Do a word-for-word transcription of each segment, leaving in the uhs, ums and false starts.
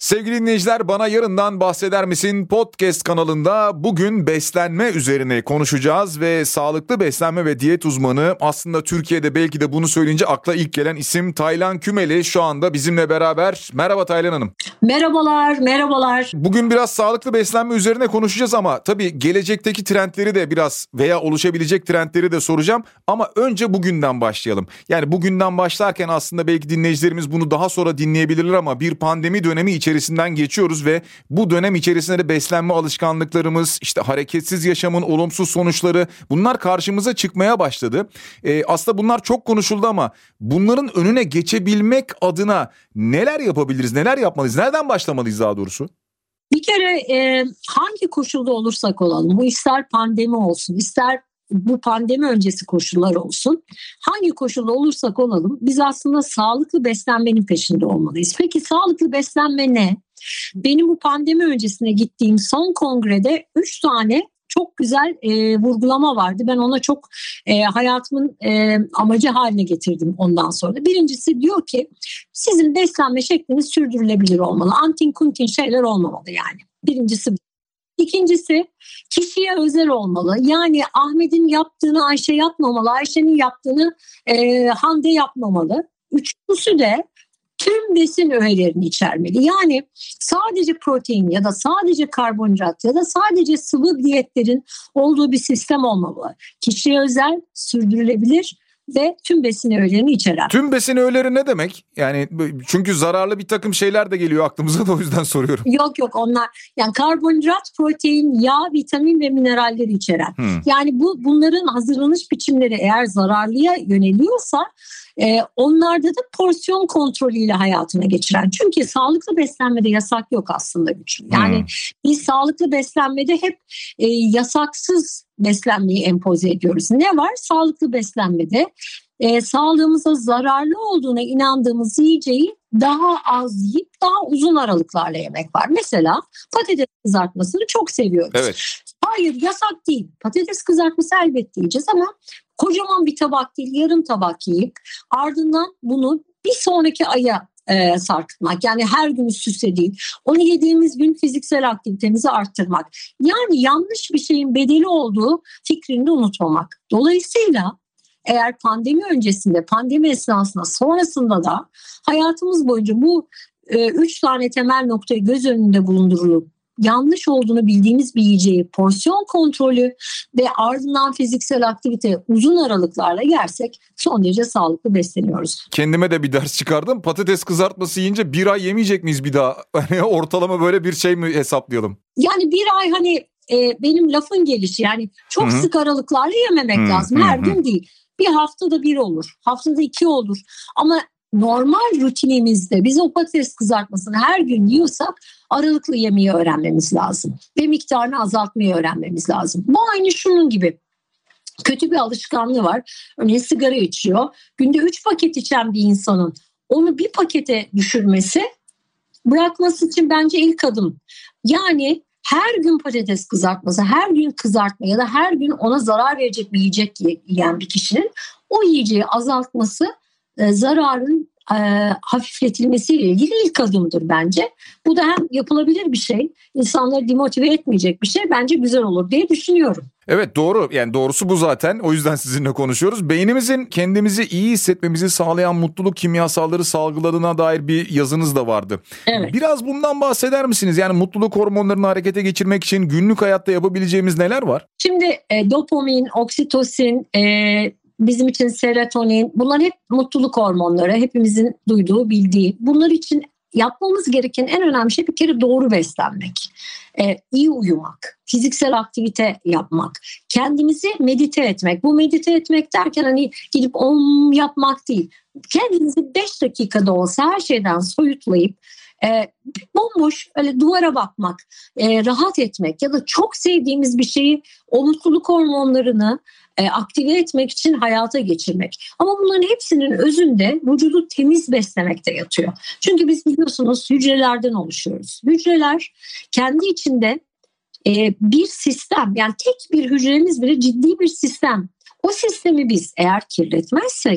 Sevgili dinleyiciler, Bana Yarından Bahseder Misin podcast kanalında bugün beslenme üzerine konuşacağız ve sağlıklı beslenme ve diyet uzmanı, aslında Türkiye'de belki de bunu söyleyince akla ilk gelen isim Taylan Kümeli şu anda bizimle beraber. Merhaba Taylan Hanım. Merhabalar, merhabalar. Bugün biraz sağlıklı beslenme üzerine konuşacağız ama tabii gelecekteki trendleri de biraz veya oluşabilecek trendleri de soracağım. Ama önce bugünden başlayalım. Yani bugünden başlarken aslında belki dinleyicilerimiz bunu daha sonra dinleyebilirler ama bir pandemi dönemi içerisinden geçiyoruz ve bu dönem içerisinde de beslenme alışkanlıklarımız, işte hareketsiz yaşamın olumsuz sonuçları, bunlar karşımıza çıkmaya başladı. Ee, aslında bunlar çok konuşuldu ama bunların önüne geçebilmek adına neler yapabiliriz, neler yapmalıyız, nereden başlamalıyız daha doğrusu? Bir kere e, hangi koşulda olursak olalım, bu ister pandemi olsun, ister bu pandemi öncesi koşullar olsun, hangi koşulda olursak olalım biz aslında sağlıklı beslenmenin peşinde olmalıyız. Peki sağlıklı beslenme ne? Benim bu pandemi öncesine gittiğim son kongrede üç tane çok güzel e, vurgulama vardı. Ben ona çok e, hayatımın e, amacı haline getirdim ondan sonra. Birincisi diyor ki sizin beslenme şekliniz sürdürülebilir olmalı. Antin kuntin şeyler olmamalı yani. Birincisi. İkincisi kişiye özel olmalı. Yani Ahmet'in yaptığını Ayşe yapmamalı. Ayşe'nin yaptığını e, Hande yapmamalı. Üçüncüsü de tüm besin öğelerini içermeli. Yani sadece protein ya da sadece karbonhidrat ya da sadece sıvı diyetlerin olduğu bir sistem olmamalı. Kişiye özel, sürdürülebilir ve tüm besin öğelerini içeren. Tüm besin öğeleri ne demek? Yani çünkü zararlı bir takım şeyler de geliyor aklımıza da, o yüzden soruyorum. Yok yok onlar yani karbonhidrat, protein, yağ, vitamin ve mineralleri içeren. Hmm. Yani bu bunların hazırlanış biçimleri eğer zararlıya yöneliyorsa e, onlarda da porsiyon kontrolüyle hayatına geçiren. Çünkü sağlıklı beslenmede yasak yok aslında güçlü. Yani hmm. biz sağlıklı beslenmede hep e, yasaksız beslenmeyi empoze ediyoruz. Ne var? Sağlıklı beslenmede e, sağlığımıza zararlı olduğuna inandığımız yiyeceği daha az yiyip daha uzun aralıklarla yemek var. Mesela patates kızartmasını çok seviyoruz. Evet. Hayır, yasak değil. Patates kızartması elbette yiyeceğiz ama kocaman bir tabak değil, yarım tabak yiyip ardından bunu bir sonraki aya E, sarkıtmak. Yani her gün üst üste değil. Onu yediğimiz gün fiziksel aktivitemizi arttırmak. Yani yanlış bir şeyin bedeli olduğu fikrini de unutmamak. Dolayısıyla eğer pandemi öncesinde, pandemi esnasında, sonrasında da hayatımız boyunca bu e, üç tane temel noktayı göz önünde bulundurulup yanlış olduğunu bildiğimiz bir yiyeceği porsiyon kontrolü ve ardından fiziksel aktivite uzun aralıklarla yersek son derece sağlıklı besleniyoruz. Kendime de bir ders çıkardım. Patates kızartması yiyince bir ay yemeyecek miyiz bir daha? Hani ortalama böyle bir şey mi hesaplayalım? Yani bir ay hani e, benim lafın gelişi yani çok Hı-hı. sık aralıklarla yememek Hı-hı. lazım. Her Hı-hı. gün değil. Bir haftada bir olur. Haftada iki olur. Ama normal rutinimizde biz o patates kızartmasını her gün yiyorsak aralıklı yemeyi öğrenmemiz lazım. Ve miktarını azaltmayı öğrenmemiz lazım. Bu aynı şunun gibi. Kötü bir alışkanlığı var. Örneğin sigara içiyor. Günde üç paket içen bir insanın onu bir pakete düşürmesi, bırakması için bence ilk adım. Yani her gün patates kızartması, her gün kızartma ya da her gün ona zarar verecek bir yiyecek yiyen bir kişinin o yiyeceği azaltması e, zararın e, hafifletilmesiyle ilgili ilk adımdır bence. Bu da hem yapılabilir bir şey, insanları demotive etmeyecek bir şey, bence güzel olur diye düşünüyorum. Evet, doğru, yani doğrusu bu zaten, o yüzden sizinle konuşuyoruz. Beynimizin kendimizi iyi hissetmemizi sağlayan mutluluk kimyasalları salgıladığına dair bir yazınız da vardı. Evet. Biraz bundan bahseder misiniz? Yani mutluluk hormonlarını harekete geçirmek için günlük hayatta yapabileceğimiz neler var? Şimdi e, dopamin, oksitosin, e, bizim için serotonin, bunlar hep mutluluk hormonları, hepimizin duyduğu, bildiği. Bunlar için yapmamız gereken en önemli şey bir kere doğru beslenmek, ee, iyi uyumak, fiziksel aktivite yapmak, kendimizi medite etmek. Bu medite etmek derken hani gidip om yapmak değil. Kendinizi beş dakikada olsa her şeyden soyutlayıp e, bomboş öyle duvara bakmak, e, rahat etmek ya da çok sevdiğimiz bir şeyi, o mutluluk hormonlarını e, aktive etmek için hayata geçirmek. Ama bunların hepsinin özünde vücudu temiz beslemekte yatıyor. Çünkü biz biliyorsunuz hücrelerden oluşuyoruz. Hücreler kendi içinde e, bir sistem, yani tek bir hücremiz bile ciddi bir sistem. O sistemi biz eğer kirletmezsek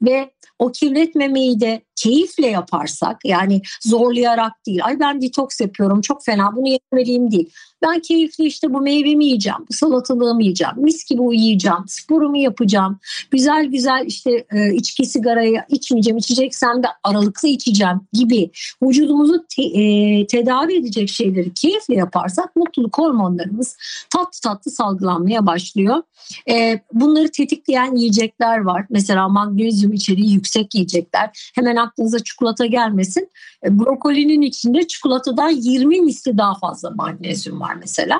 ve o kirletmemeyi de keyifle yaparsak, yani zorlayarak değil, ay ben detoks yapıyorum çok fena bunu yemeliyim değil. Ben keyifli işte bu meyvemi yiyeceğim, bu salatalığımı yiyeceğim, mis gibi uyuyacağım, sporumu yapacağım, güzel güzel işte e, içki sigarayı içmeyeceğim, içeceksem de aralıklı içeceğim gibi vücudumuzu te, e, tedavi edecek şeyleri keyifle yaparsak mutluluk hormonlarımız tatlı tatlı salgılanmaya başlıyor. E, bunları tetikleyen yiyecekler var. Mesela magnezyum içeriği yüksek yiyecekler. Hemen aklınıza çikolata gelmesin. E, brokolinin içinde çikolatadan yirmi misli daha fazla magnezyum var mesela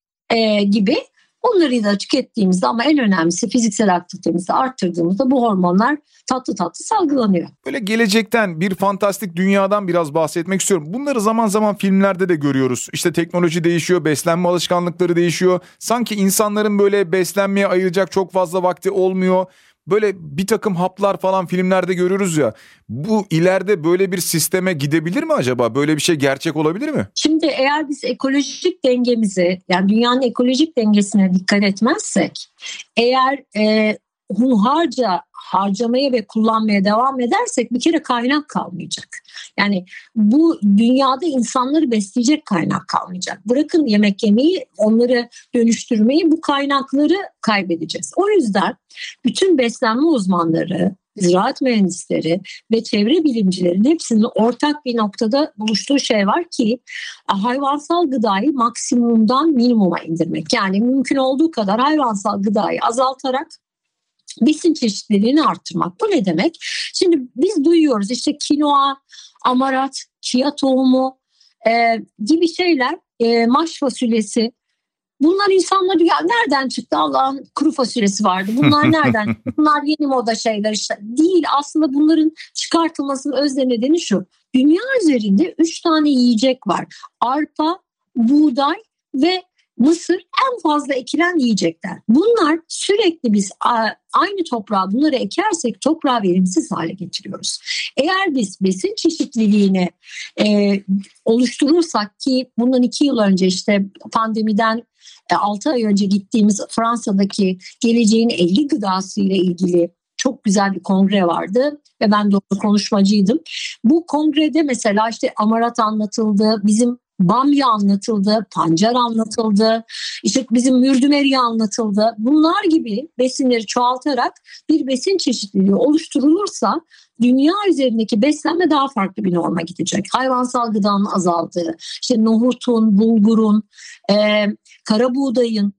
e, gibi. Bunları da tükettiğimizde ama en önemlisi fiziksel aktivitemizi arttırdığımızda bu hormonlar tatlı tatlı salgılanıyor. Böyle gelecekten, bir fantastik dünyadan biraz bahsetmek istiyorum. Bunları zaman zaman filmlerde de görüyoruz. İşte teknoloji değişiyor, beslenme alışkanlıkları değişiyor. Sanki insanların böyle beslenmeye ayıracak çok fazla vakti olmuyor. Böyle bir takım haplar falan filmlerde görürüz ya. Bu ileride böyle bir sisteme gidebilir mi acaba? Böyle bir şey gerçek olabilir mi? Şimdi eğer biz ekolojik dengemizi, yani dünyanın ekolojik dengesine dikkat etmezsek, eğer e, hunharca harcamaya ve kullanmaya devam edersek bir kere kaynak kalmayacak. Yani bu dünyada insanları besleyecek kaynak kalmayacak. Bırakın yemek yemeyi, onları dönüştürmeyi, bu kaynakları kaybedeceğiz. O yüzden bütün beslenme uzmanları, ziraat mühendisleri ve çevre bilimcilerin hepsinin ortak bir noktada buluştuğu şey var ki hayvansal gıdayı maksimumdan minimuma indirmek. Yani mümkün olduğu kadar hayvansal gıdayı azaltarak besin çeşitliliğini arttırmak. Bu ne demek? Şimdi biz duyuyoruz işte kinoa, amarat, chia tohumu e, gibi şeyler, e, maş fasulyesi. Bunlar insanlar diyor ya nereden çıktı, Allah'ın kuru fasulyesi vardı. Bunlar nereden? Bunlar yeni moda şeyler işte. Değil, aslında bunların çıkartılmasının öz nedeni şu. Dünya üzerinde üç tane yiyecek var. Arpa, buğday ve mısır en fazla ekilen yiyecekler. Bunlar sürekli biz aynı toprağa bunları ekersek toprağı verimsiz hale getiriyoruz. Eğer biz besin çeşitliliğini e, oluşturursak ki bundan iki yıl önce işte pandemiden altı ay önce gittiğimiz Fransa'daki geleceğin elli gıdası ile ilgili çok güzel bir kongre vardı ve ben de orada konuşmacıydım. Bu kongrede mesela işte amarat anlatıldı, bizim bamya anlatıldı, pancar anlatıldı, işte bizim mürdümeri anlatıldı. Bunlar gibi besinleri çoğaltarak bir besin çeşitliliği oluşturulursa dünya üzerindeki beslenme daha farklı bir norma gidecek. Hayvansal gıdanın azaldığı, işte nohutun, bulgurun, e, kara buğdayın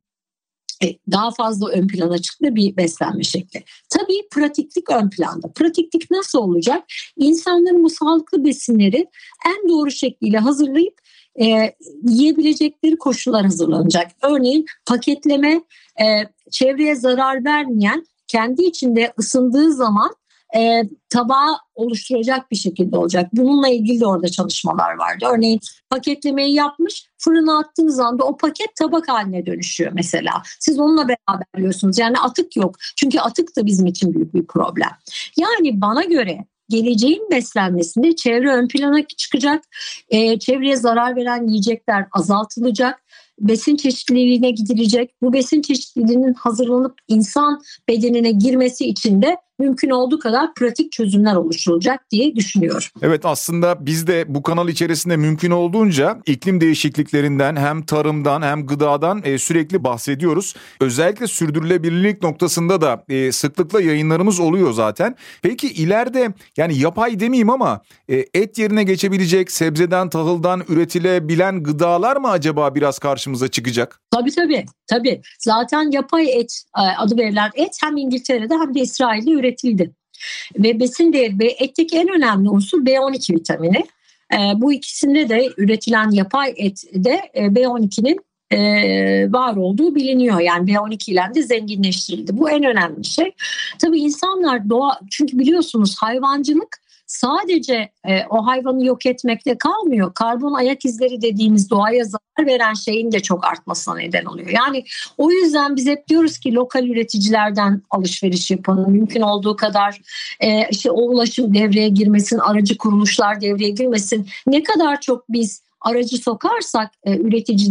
daha fazla ön plana çıktı bir beslenme şekli. Tabii pratiklik ön planda. Pratiklik nasıl olacak? İnsanların bu sağlıklı besinleri en doğru şekliyle hazırlayıp e, yiyebilecekleri koşullar hazırlanacak. Örneğin paketleme e, çevreye zarar vermeyen, kendi içinde ısındığı zaman e, tabağı oluşturacak bir şekilde olacak. Bununla ilgili de orada çalışmalar vardı. Örneğin paketlemeyi yapmış, fırına attığınız anda o paket tabak haline dönüşüyor mesela. Siz onunla beraber yiyorsunuz. Yani atık yok. Çünkü atık da bizim için büyük bir problem. Yani bana göre geleceğin beslenmesinde çevre ön plana çıkacak. E, çevreye zarar veren yiyecekler azaltılacak. Besin çeşitliliğine gidilecek. Bu besin çeşitliliğinin hazırlanıp insan bedenine girmesi için de mümkün olduğu kadar pratik çözümler oluşturulacak diye düşünüyorum. Evet, aslında biz de bu kanal içerisinde mümkün olduğunca iklim değişikliklerinden hem tarımdan hem gıdadan e, sürekli bahsediyoruz. Özellikle sürdürülebilirlik noktasında da e, sıklıkla yayınlarımız oluyor zaten. Peki ileride, yani yapay demeyeyim ama e, et yerine geçebilecek, sebzeden tahıldan üretilebilen gıdalar mı acaba biraz karşımıza çıkacak? Tabii tabii. Tabii. Zaten yapay et adı verilen et hem İngiltere'de hem de İsrail'de üretildi. Ve besin değeri ve etteki en önemli unsur B on iki vitamini. E, bu ikisinde de üretilen yapay ette e, B on ikinin e, var olduğu biliniyor. Yani B on iki ile de zenginleştirildi. Bu en önemli şey. Tabii insanlar doğa, çünkü biliyorsunuz hayvancılık sadece e, o hayvanı yok etmekte kalmıyor. Karbon ayak izleri dediğimiz doğaya zarar veren şeyin de çok artmasına neden oluyor. Yani o yüzden biz hep diyoruz ki lokal üreticilerden alışveriş yapın. Mümkün olduğu kadar e, işte o ulaşım devreye girmesin, aracı kuruluşlar devreye girmesin. Ne kadar çok biz aracı sokarsak e, üreticiden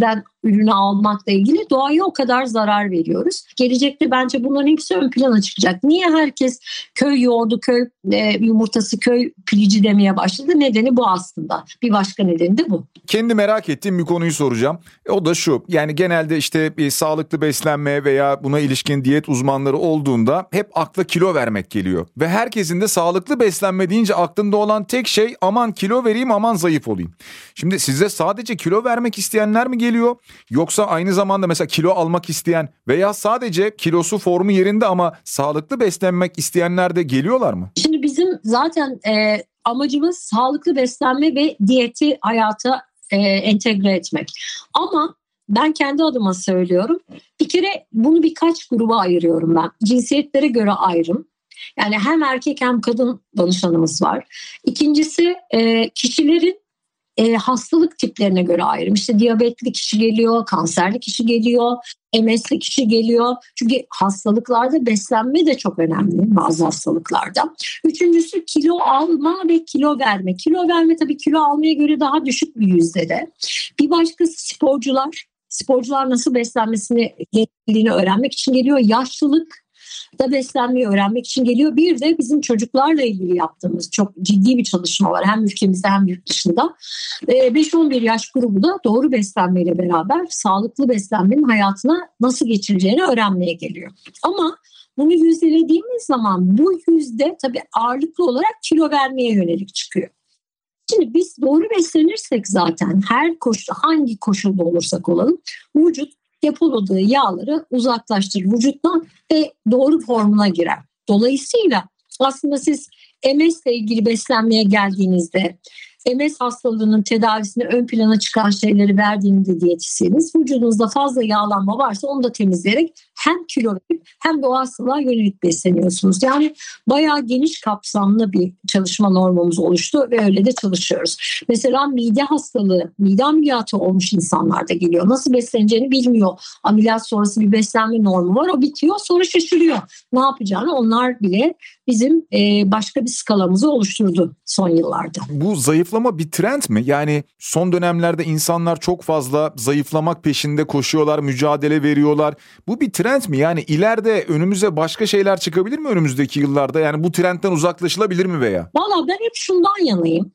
ürünü almakla ilgili doğaya o kadar zarar veriyoruz. Gelecekte bence bunların hepsi ön plana çıkacak. Niye herkes köy yoğurdu, köy e, yumurtası, köy pilici demeye başladı? Nedeni bu aslında. Bir başka nedeni de bu. Kendi merak ettiğim bir konuyu soracağım. E, o da şu. Yani genelde işte bir sağlıklı beslenme veya buna ilişkin diyet uzmanları olduğunda hep akla kilo vermek geliyor. Ve herkesin de sağlıklı beslenme deyince aklında olan tek şey aman kilo vereyim, aman zayıf olayım. Şimdi size sadece kilo vermek isteyenler mi geliyor? Yoksa aynı zamanda mesela kilo almak isteyen veya sadece kilosu formu yerinde ama sağlıklı beslenmek isteyenler de geliyorlar mı? Şimdi bizim zaten e, amacımız sağlıklı beslenme ve diyeti hayata e, entegre etmek. Ama ben kendi adıma söylüyorum. Bir kere bunu birkaç gruba ayırıyorum ben. Cinsiyetlere göre ayrım. Yani hem erkek hem kadın danışanımız var. İkincisi e, kişilerin e, hastalık tiplerine göre ayrım. İşte diyabetli kişi geliyor, kanserli kişi geliyor, M S'li kişi geliyor. Çünkü hastalıklarda beslenme de çok önemli bazı hastalıklarda. Üçüncüsü kilo alma ve kilo verme. Kilo verme tabii kilo almaya göre daha düşük bir yüzdede. Bir başkası sporcular. Sporcular nasıl beslenmesini gerektiğini öğrenmek için geliyor. Yaşlılık da beslenmeyi öğrenmek için geliyor. Bir de bizim çocuklarla ilgili yaptığımız çok ciddi bir çalışma var. Hem ülkemizde hem yurt dışında. beş on bir yaş grubu da doğru beslenmeyle beraber sağlıklı beslenmenin hayatına nasıl geçireceğini öğrenmeye geliyor. Ama bunu yüzdelediğimiz zaman bu yüzde tabii ağırlıklı olarak kilo vermeye yönelik çıkıyor. Şimdi biz doğru beslenirsek zaten her koşu, hangi koşulda olursak olalım vücut depoladığı yağları uzaklaştırır vücuttan ve doğru formuna girer. Dolayısıyla aslında siz M S ile ilgili beslenmeye geldiğinizde M S hastalığının tedavisine ön plana çıkan şeyleri verdiğinde diyetisyeniz vücudunuzda fazla yağlanma varsa onu da temizleyerek hem kilo verip hem de o hastalığa yönelik besleniyorsunuz. Yani bayağı geniş kapsamlı bir çalışma normumuz oluştu ve öyle de çalışıyoruz. Mesela mide hastalığı, mide ameliyatı olmuş insanlar da geliyor. Nasıl besleneceğini bilmiyor. Ameliyat sonrası bir beslenme normu var. O bitiyor sonra şaşırıyor. Ne yapacağını onlar bile bizim başka bir skalamızı oluşturdu son yıllarda. Bu zayıflama bir trend mi? Yani son dönemlerde insanlar çok fazla zayıflamak peşinde koşuyorlar, mücadele veriyorlar. Bu bir trend mi? Yani ileride önümüze başka şeyler çıkabilir mi önümüzdeki yıllarda? Yani bu trendten uzaklaşılabilir mi veya? Valla ben hep şundan yanayım.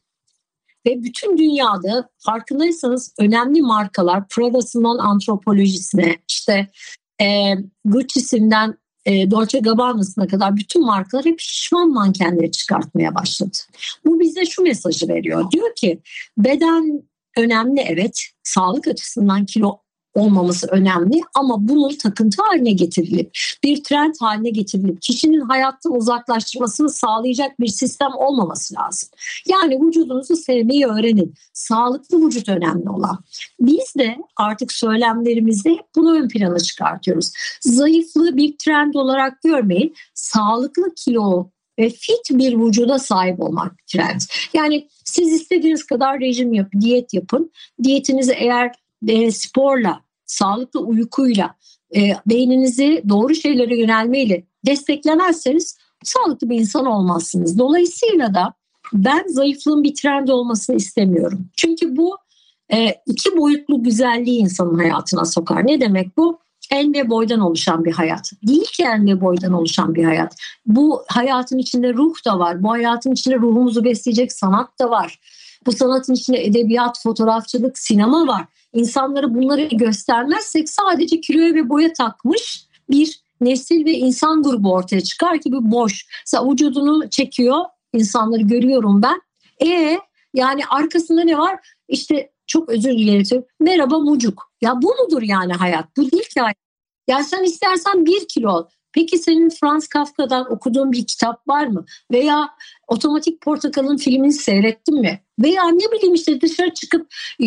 Ve bütün dünyada farkındaysanız önemli markalar Prada'sından antropolojisine işte e, Gucci'sinden e, Dolce Gabbana'sına kadar bütün markalar hep şişman mankenleri çıkartmaya başladı. Bu bize şu mesajı veriyor. Diyor ki beden önemli evet, sağlık açısından kilo olmaması önemli ama bunun takıntı haline getirilip bir trend haline getirilip kişinin hayattan uzaklaştırmasını sağlayacak bir sistem olmaması lazım. Yani vücudunuzu sevmeyi öğrenin. Sağlıklı vücut önemli olan. Biz de artık söylemlerimizde bunu ön plana çıkartıyoruz. Zayıflığı bir trend olarak görmeyin. Sağlıklı kilo ve fit bir vücuda sahip olmak trend. Yani siz istediğiniz kadar rejim yapın, diyet yapın. Diyetinizi eğer E, sporla, sağlıklı uykuyla, e, beyninizi doğru şeylere yönelmeyle desteklemezseniz sağlıklı bir insan olmazsınız. Dolayısıyla da ben zayıflığın bir trend olmasını istemiyorum. Çünkü bu e, iki boyutlu güzelliği insanın hayatına sokar. Ne demek bu? En ve boydan oluşan bir hayat. Değil ki en ve boydan oluşan bir hayat. Bu hayatın içinde ruh da var. Bu hayatın içinde ruhumuzu besleyecek sanat da var. Bu sanatın içinde edebiyat, fotoğrafçılık, sinema var. İnsanlara bunları göstermezsek sadece kiloya ve boya takmış bir nesil ve insan grubu ortaya çıkar ki bu boş. Mesela vücudunu çekiyor, insanları görüyorum ben. E yani arkasında ne var? İşte çok özür dilerim. Merhaba mucuk. Ya bu mudur yani hayat? Bu değil ki hayat. Ya sen istersen bir kilo ol. Peki senin Franz Kafka'dan okuduğun bir kitap var mı? Veya Otomatik Portakal'ın filmini seyrettin mi? Veya ne bileyim işte dışarı çıkıp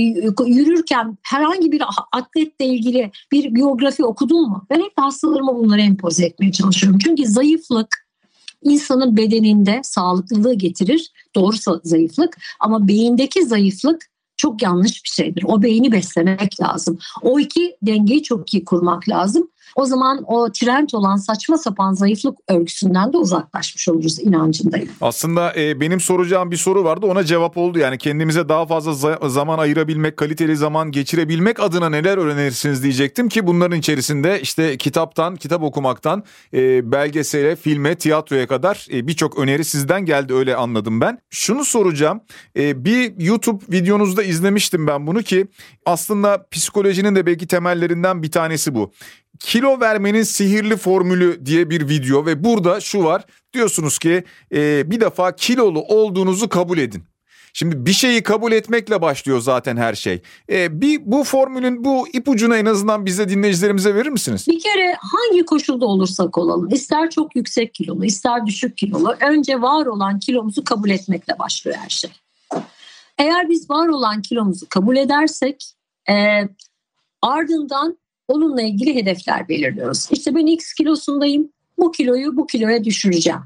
yürürken herhangi bir atletle ilgili bir biyografi okudun mu? Ben hep hastalarıma bunları empoze etmeye çalışıyorum. Çünkü zayıflık insanın bedeninde sağlıklılığı getirir. Doğru zayıflık ama beyindeki zayıflık çok yanlış bir şeydir. O beyni beslemek lazım. O iki dengeyi çok iyi kurmak lazım. O zaman o trend olan saçma sapan zayıflık örgüsünden de uzaklaşmış oluruz inancındayım. Aslında e, benim soracağım bir soru vardı, ona cevap oldu. Yani kendimize daha fazla za- zaman ayırabilmek, kaliteli zaman geçirebilmek adına neler öğrenirsiniz diyecektim ki bunların içerisinde işte kitaptan, kitap okumaktan e, belgesele, filme, tiyatroya kadar e, birçok öneri sizden geldi, öyle anladım ben. Şunu soracağım, e, bir YouTube videonuzda izlemiştim ben bunu ki aslında psikolojinin de belki temellerinden bir tanesi bu. Kilo vermenin sihirli formülü diye bir video ve burada şu var, diyorsunuz ki e, bir defa kilolu olduğunuzu kabul edin. Şimdi bir şeyi kabul etmekle başlıyor zaten her şey. E, bir bu formülün bu ipucunu en azından bize, dinleyicilerimize verir misiniz? Bir kere hangi koşulda olursak olalım, ister çok yüksek kilolu, ister düşük kilolu, önce var olan kilomuzu kabul etmekle başlıyor her şey. Eğer biz var olan kilomuzu kabul edersek e, ardından onunla ilgili hedefler belirliyoruz. İşte ben X kilosundayım, bu kiloyu bu kiloya düşüreceğim.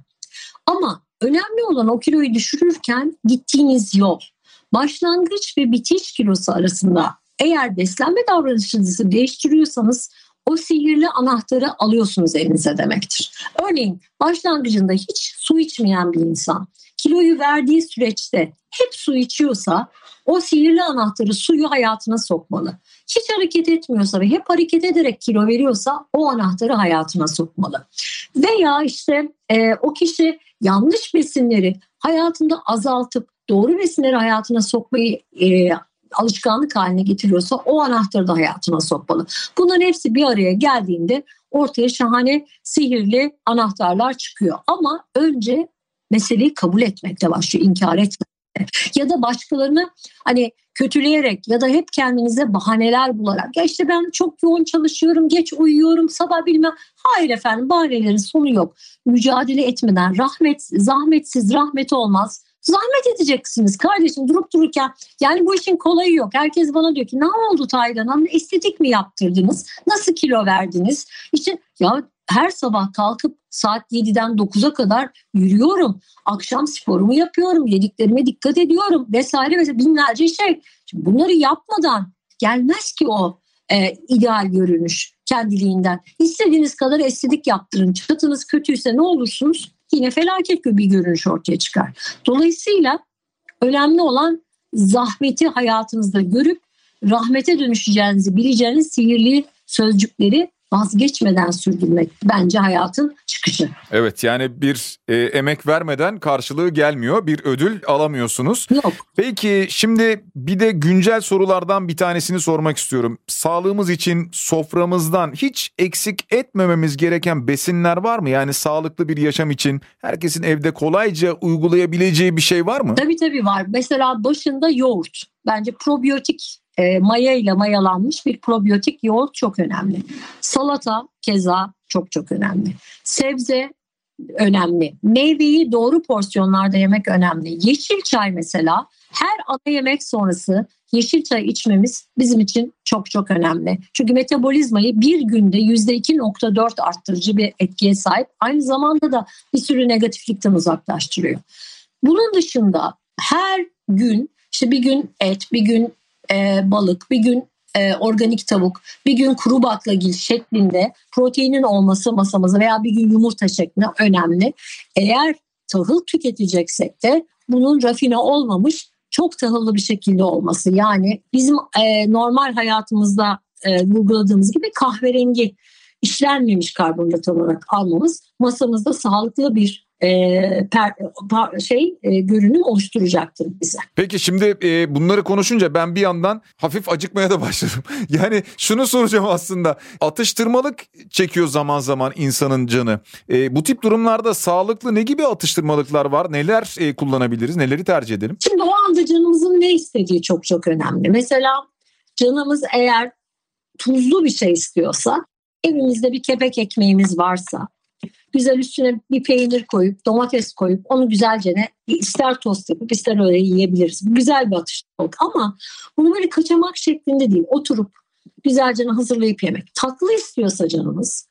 Ama önemli olan o kiloyu düşürürken gittiğiniz yol. Başlangıç ve bitiş kilosu arasında eğer beslenme davranışınızı değiştiriyorsanız o sihirli anahtarı alıyorsunuz elinize demektir. Örneğin başlangıcında hiç su içmeyen bir insan kiloyu verdiği süreçte hep su içiyorsa o sihirli anahtarı, suyu hayatına sokmalı. Hiç hareket etmiyorsa ve hep hareket ederek kilo veriyorsa o anahtarı hayatına sokmalı. Veya işte e, o kişi yanlış besinleri hayatında azaltıp doğru besinleri hayatına sokmayı e, alışkanlık haline getiriyorsa o anahtarı da hayatına sokmalı. Bunların hepsi bir araya geldiğinde ortaya şahane sihirli anahtarlar çıkıyor. Ama önce meseleyi kabul etmekle başlıyor, inkar etmekle. Ya da başkalarını hani kötüleyerek ya da hep kendinize bahaneler bularak, ya işte ben çok yoğun çalışıyorum, geç uyuyorum, sabah bilmem. Hayır efendim, bahanelerin sonu yok. Mücadele etmeden rahmet, zahmetsiz rahmet olmaz. Zahmet edeceksiniz kardeşim durup dururken. Yani bu işin kolayı yok. Herkes bana diyor ki ne oldu Taylan Hanım, estetik mi yaptırdınız? Nasıl kilo verdiniz? İşte ya her sabah kalkıp saat yediden dokuza kadar yürüyorum. Akşam sporumu yapıyorum. Yediklerime dikkat ediyorum vesaire vesaire, binlerce şey. Şimdi bunları yapmadan gelmez ki o e, ideal görünüş kendiliğinden. İstediğiniz kadar estetik yaptırın. Çatınız kötüyse ne olursunuz? Yine felaket bir görünüş ortaya çıkar. Dolayısıyla önemli olan zahmeti hayatınızda görüp rahmete dönüşeceğinizi bileceğiniz sihirli sözcükleri vazgeçmeden sürdürmek bence hayatın çıkışı. Evet, yani bir e, emek vermeden karşılığı gelmiyor, bir ödül alamıyorsunuz. Yok. Peki şimdi bir de güncel sorulardan bir tanesini sormak istiyorum. Sağlığımız için soframızdan hiç eksik etmememiz gereken besinler var mı? Yani sağlıklı bir yaşam için herkesin evde kolayca uygulayabileceği bir şey var mı? Tabii tabii var. Mesela başında yoğurt. Bence probiyotik E, maya ile mayalanmış bir probiyotik yoğurt çok önemli. Salata keza çok çok önemli. Sebze önemli. Meyveyi doğru porsiyonlarda yemek önemli. Yeşil çay mesela, her ana yemek sonrası yeşil çay içmemiz bizim için çok çok önemli. Çünkü metabolizmayı bir günde yüzde iki nokta dört arttırıcı bir etkiye sahip. Aynı zamanda da bir sürü negatiflikten uzaklaştırıyor. Bunun dışında her gün işte bir gün et, bir gün E, balık, bir gün e, organik tavuk, bir gün kuru baklagil şeklinde proteinin olması masamıza veya bir gün yumurta şeklinde önemli. Eğer tahıl tüketeceksek de bunun rafine olmamış, çok tahıllı bir şekilde olması. Yani bizim e, normal hayatımızda e, vurguladığımız gibi kahverengi işlenmemiş karbonhidrat olarak almamız masamızda sağlıklı bir e, per, par, şey e, görünüm oluşturacaktır bize. Peki şimdi e, bunları konuşunca ben bir yandan hafif acıkmaya da başladım. Yani şunu soracağım aslında. Atıştırmalık çekiyor zaman zaman insanın canı. E, bu tip durumlarda sağlıklı ne gibi atıştırmalıklar var? Neler e, kullanabiliriz? Neleri tercih edelim? Şimdi o anda canımızın ne istediği çok çok önemli. Mesela canımız eğer tuzlu bir şey istiyorsa, evimizde bir kepek ekmeğimiz varsa, güzel üstüne bir peynir koyup domates koyup onu güzelce ne ister tost yapıp ister öyle yiyebiliriz. Bu güzel bir atıştırmalık ama bunu böyle kaçamak şeklinde değil, oturup güzelce hazırlayıp yemek. Tatlı istiyorsa canımız,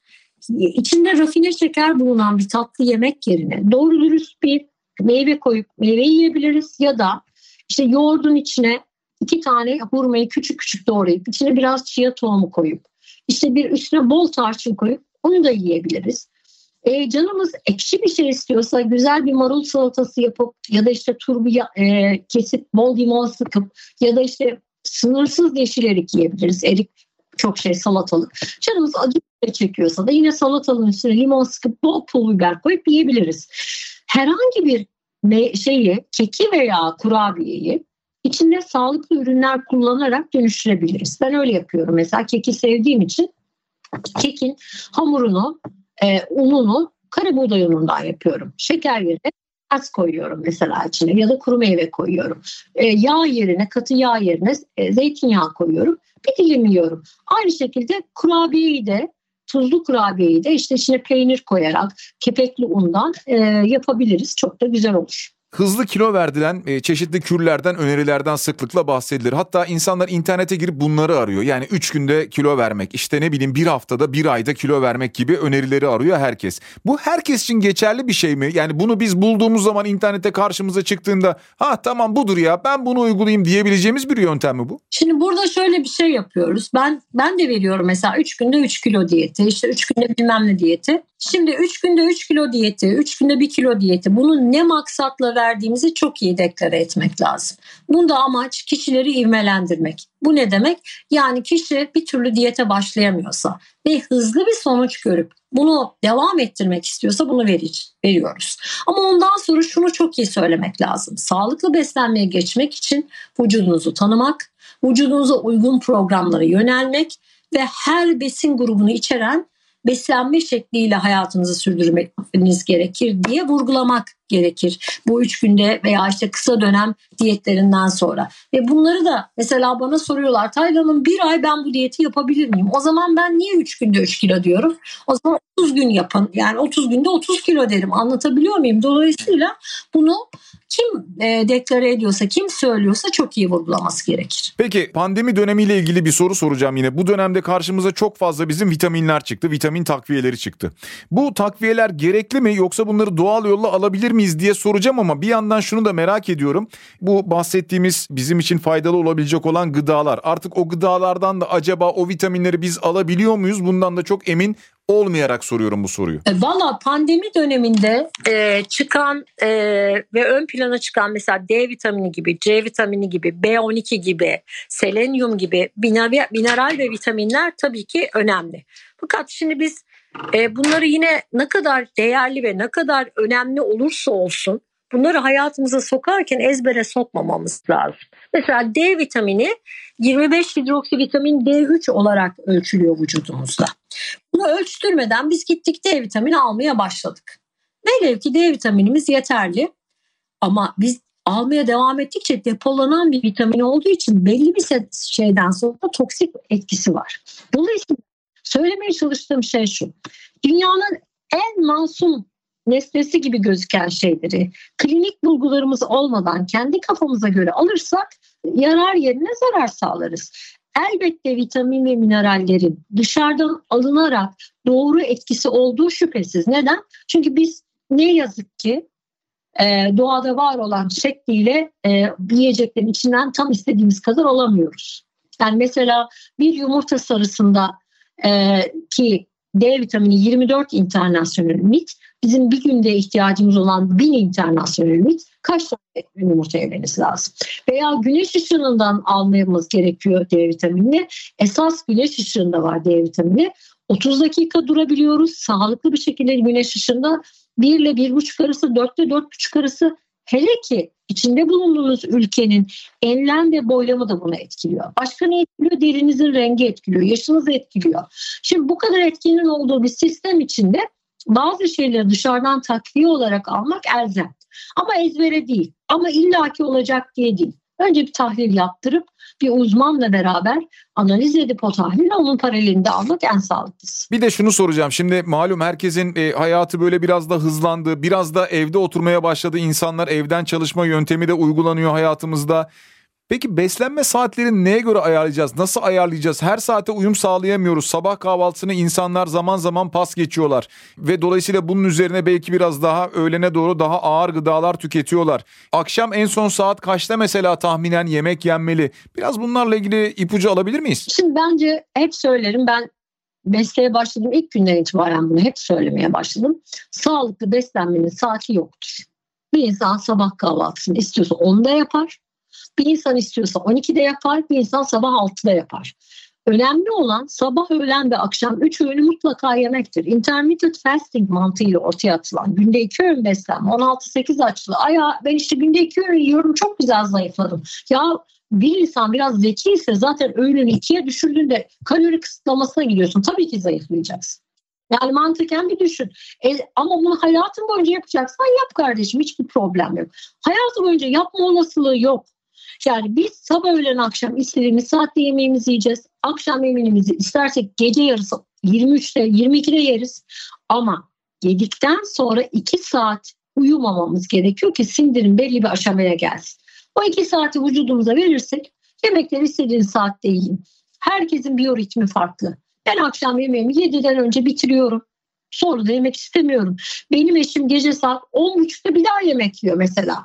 içinde rafine şeker bulunan bir tatlı yemek yerine doğru dürüst bir meyve koyup meyve yiyebiliriz ya da işte yoğurdun içine iki tane hurmayı küçük küçük doğrayıp içine biraz chia tohumu koyup İşte bir üstüne bol tarçın koyup onu da yiyebiliriz. E, canımız ekşi bir şey istiyorsa güzel bir marul salatası yapıp ya da işte turbu e, kesip bol limon sıkıp ya da işte sınırsız yeşil erik yiyebiliriz. Erik çok şey salatalık. Canımız acı çekiyorsa da yine salatalığın üstüne limon sıkıp bol pul biber koyup yiyebiliriz. Herhangi bir şeyi, keki veya kurabiyeyi içinde sağlıklı ürünler kullanarak dönüştürebiliriz. Ben öyle yapıyorum. Mesela keki sevdiğim için kekin hamurunu, e, ununu kara buğday unundan yapıyorum. Şeker yerine az koyuyorum mesela içine ya da kuru meyve koyuyorum. E, yağ yerine, katı yağ yerine e, zeytinyağı koyuyorum. Bir dilim yiyorum. Aynı şekilde kurabiyeyi de, tuzlu kurabiyeyi de işte içine peynir koyarak kepekli undan e, yapabiliriz. Çok da güzel olur. Hızlı kilo verdiren e, çeşitli kürlerden, önerilerden sıklıkla bahsedilir. Hatta insanlar internete girip bunları arıyor. Yani üç günde kilo vermek, işte ne bileyim bir haftada, bir ayda kilo vermek gibi önerileri arıyor herkes. Bu herkes için geçerli bir şey mi? Yani bunu biz bulduğumuz zaman internette karşımıza çıktığında ha tamam budur ya ben bunu uygulayayım diyebileceğimiz bir yöntem mi bu? Şimdi burada şöyle bir şey yapıyoruz. Ben ben de veriyorum mesela üç günde üç kilo diyeti, işte üç günde bilmem ne diyeti. Şimdi üç günde üç kilo diyeti, üç günde bir kilo diyeti bunu ne maksatla verdiğimizi çok iyi deklare etmek lazım. Bunda amaç kişileri ivmelendirmek. Bu ne demek? Yani kişi bir türlü diyete başlayamıyorsa ve hızlı bir sonuç görüp bunu devam ettirmek istiyorsa bunu veriyoruz. Ama ondan sonra şunu çok iyi söylemek lazım. Sağlıklı beslenmeye geçmek için vücudunuzu tanımak, vücudunuza uygun programlara yönelmek ve her besin grubunu içeren beslenme şekliyle hayatınızı sürdürmeniz gerekir diye vurgulamak gerekir. Bu üç günde veya işte kısa dönem diyetlerinden sonra. Ve bunları da mesela bana soruyorlar. Taylan Hanım bir ay ben bu diyeti yapabilir miyim? O zaman ben niye üç günde üç kilo diyorum? O zaman otuz gün yapın. Yani otuz günde otuz kilo derim. Anlatabiliyor muyum? Dolayısıyla bunu kim e, deklare ediyorsa, kim söylüyorsa çok iyi vurgulaması gerekir. Peki pandemi dönemiyle ilgili bir soru soracağım yine. Bu dönemde karşımıza çok fazla bizim vitaminler çıktı, vitamin takviyeleri çıktı. Bu takviyeler gerekli mi yoksa bunları doğal yolla alabilir miyiz diye soracağım ama bir yandan şunu da merak ediyorum. Bu bahsettiğimiz bizim için faydalı olabilecek olan gıdalar. Artık o gıdalardan da acaba o vitaminleri biz alabiliyor muyuz? Bundan da çok emin olmayarak soruyorum bu soruyu. E, Valla pandemi döneminde e, çıkan e, ve ön plana çıkan mesela D vitamini gibi, C vitamini gibi, B on iki gibi, selenyum gibi mineral ve vitaminler tabii ki önemli. Fakat şimdi biz e, bunları yine ne kadar değerli ve ne kadar önemli olursa olsun bunları hayatımıza sokarken ezbere sokmamamız lazım. Mesela D vitamini yirmi beş hidroksivitamin D üç olarak ölçülüyor vücudumuzda. Bunu ölçtürmeden biz gittik D vitamini almaya başladık. Velev ki D vitaminimiz yeterli ama biz almaya devam ettikçe depolanan bir vitamin olduğu için belli bir şeyden sonra da toksik etkisi var. Dolayısıyla söylemeye çalıştığım şey şu. Dünyanın en masum nesnesi gibi gözüken şeyleri klinik bulgularımız olmadan kendi kafamıza göre alırsak yarar yerine zarar sağlarız. Elbette vitamin ve minerallerin dışarıdan alınarak doğru etkisi olduğu şüphesiz. Neden? Çünkü biz ne yazık ki e, doğada var olan şekliyle e, yiyeceklerin içinden tam istediğimiz kadar alamıyoruz. Yani mesela bir yumurta sarısında e, ki D vitamini yirmi dört internasyonel ünit, bizim bir günde ihtiyacımız olan bin internasyonel ünit kaç tane yumurta yemeniz lazım? Veya güneş ışığından almamız gerekiyor D vitaminini. Esas güneş ışığında var D vitamini. otuz dakika durabiliyoruz. Sağlıklı bir şekilde güneş ışığında bir ile bir buçuk arası, dört ile dört buçuk arası. Hele ki içinde bulunduğunuz ülkenin enlem ve boylamı da bunu etkiliyor. Başka ne etkiliyor? Derinizin rengi etkiliyor, yaşınızı etkiliyor. Şimdi bu kadar etkinin olduğu bir sistem içinde bazı şeyleri dışarıdan takviye olarak almak elzem. Ama ezbere değil. Ama illaki olacak diye değil. Önce bir tahlil yaptırıp bir uzmanla beraber analiz edip o tahlili onun paralelinde almak en sağlıklısı. Bir de şunu soracağım. Şimdi malum herkesin e, hayatı böyle biraz da hızlandı. Biraz da evde oturmaya başladı. İnsanlar evden çalışma yöntemi de uygulanıyor hayatımızda. Peki beslenme saatlerini neye göre ayarlayacağız? Nasıl ayarlayacağız? Her saate uyum sağlayamıyoruz. Sabah kahvaltısını insanlar zaman zaman pas geçiyorlar. Ve dolayısıyla bunun üzerine belki biraz daha öğlene doğru daha ağır gıdalar tüketiyorlar. Akşam en son saat kaçta mesela tahminen yemek yenmeli? Biraz bunlarla ilgili ipucu alabilir miyiz? Şimdi bence hep söylerim ben mesleğe başladığım ilk günden itibaren bunu hep söylemeye başladım. Sağlıklı beslenmenin saati yoktur. Bir insan sabah kahvaltısını istiyorsa onda yapar. Bir insan istiyorsa on ikide yapar. Bir insan sabah altıda yapar. Önemli olan sabah, öğlen ve akşam üç öğünü mutlaka yemektir. Intermittent fasting mantığıyla ortaya atılan günde iki öğün beslenme, on altı sekiz açlı. Ay ya ben işte günde iki öğün yiyorum, çok güzel zayıfladım. Ya bir insan biraz zeki ise zaten öğününü ikiye düşürdüğünde kalori kısıtlamasına gidiyorsun. Tabii ki zayıflayacaksın. Yani mantıken bir düşün. E, ama bunu hayatın boyunca yapacaksan yap kardeşim, hiçbir problem yok. Hayatın boyunca yapma olasılığı yok. Yani biz sabah öğlen akşam istediğimiz saatte yemeğimizi yiyeceğiz. Akşam yemeğimizi istersek gece yarısı yirmi üçte yirmi ikide yeriz. Ama yedikten sonra iki saat uyumamamız gerekiyor ki sindirim belli bir aşamaya gelsin. O iki saati vücudumuza verirsek yemekleri istediğiniz saatte yiyin. Herkesin biyoritmi farklı. Ben akşam yemeğimi yediden önce bitiriyorum. Sonra da yemek istemiyorum. Benim eşim gece saat on buçukta bir daha yemek yiyor mesela.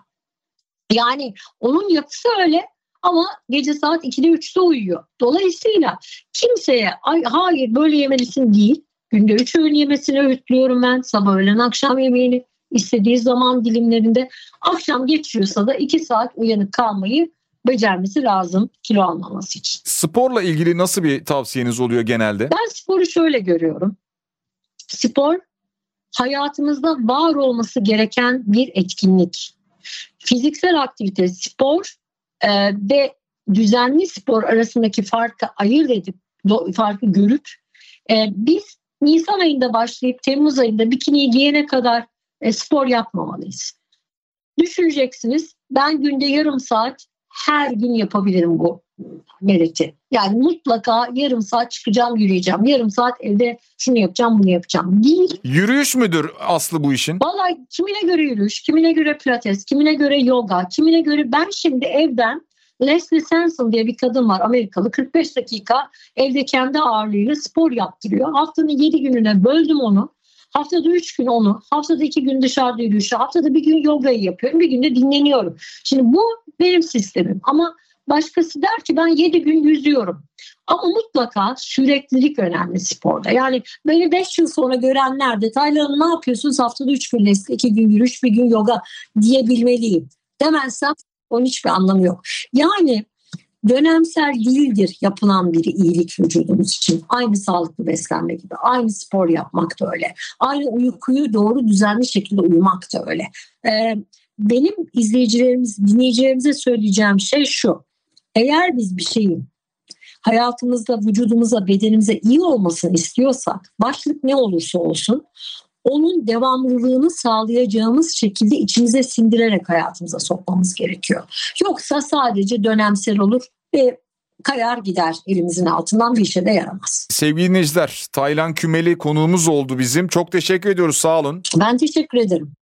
Yani onun yapısı öyle ama gece saat ikide üçte uyuyor. Dolayısıyla kimseye ay hayır böyle yemelisin değil. Günde üç öğün yemesini öğütlüyorum ben. Sabah öğlen akşam yemeğini istediği zaman dilimlerinde. Akşam geçiyorsa da iki saat uyanık kalmayı becermesi lazım kilo almaması için. Sporla ilgili nasıl bir tavsiyeniz oluyor genelde? Ben sporu şöyle görüyorum. Spor hayatımızda var olması gereken bir etkinlik. Fiziksel aktivite, spor e, ve düzenli spor arasındaki farkı ayırt edip, farkı görüp e, biz Nisan ayında başlayıp Temmuz ayında bikini giyene kadar e, spor yapmamalıyız. Düşüneceksiniz, ben günde yarım saat her gün yapabilirim bu mereti. Yani mutlaka yarım saat çıkacağım, yürüyeceğim. Yarım saat evde şunu yapacağım, bunu yapacağım. Değil. Yürüyüş müdür aslı bu işin? Vallahi kimine göre yürüyüş, kimine göre pilates, kimine göre yoga, kimine göre ben şimdi evden Leslie Sanson diye bir kadın var, Amerikalı, kırk beş dakika evde kendi ağırlığıyla spor yaptırıyor. Haftanın yedi gününe böldüm onu. Haftada üç gün onu, haftada iki gün dışarıda yürüyüşü, haftada bir gün yogayı yapıyorum, bir gün de dinleniyorum. Şimdi bu benim sistemim ama başkası der ki ben yedi gün yüzüyorum. Ama mutlaka süreklilik önemli sporda. Yani beni beş yıl sonra görenler detaylarını ne yapıyorsunuz? Haftada üç gün Leslie, iki gün yürüyüş, bir gün yoga diyebilmeliyim. Demezsem onun hiçbir anlamı yok. Yani dönemsel değildir yapılan bir iyilik vücudumuz için. Aynı sağlıklı beslenme gibi. Aynı spor yapmak da öyle. Aynı uykuyu doğru düzenli şekilde uyumak da öyle. Ee, benim izleyicilerimiz, dinleyicilerimize söyleyeceğim şey şu. Eğer biz bir şeyin hayatımızda, vücudumuza, bedenimize iyi olmasını istiyorsak, başlık ne olursa olsun, onun devamlılığını sağlayacağımız şekilde içimize sindirerek hayatımıza sokmamız gerekiyor. Yoksa sadece dönemsel olur ve kayar gider, elimizin altından, bir işe de yaramaz. Sevgili dinleyiciler, Taylan Kümeli konuğumuz oldu bizim. Çok teşekkür ediyoruz, sağ olun. Ben teşekkür ederim.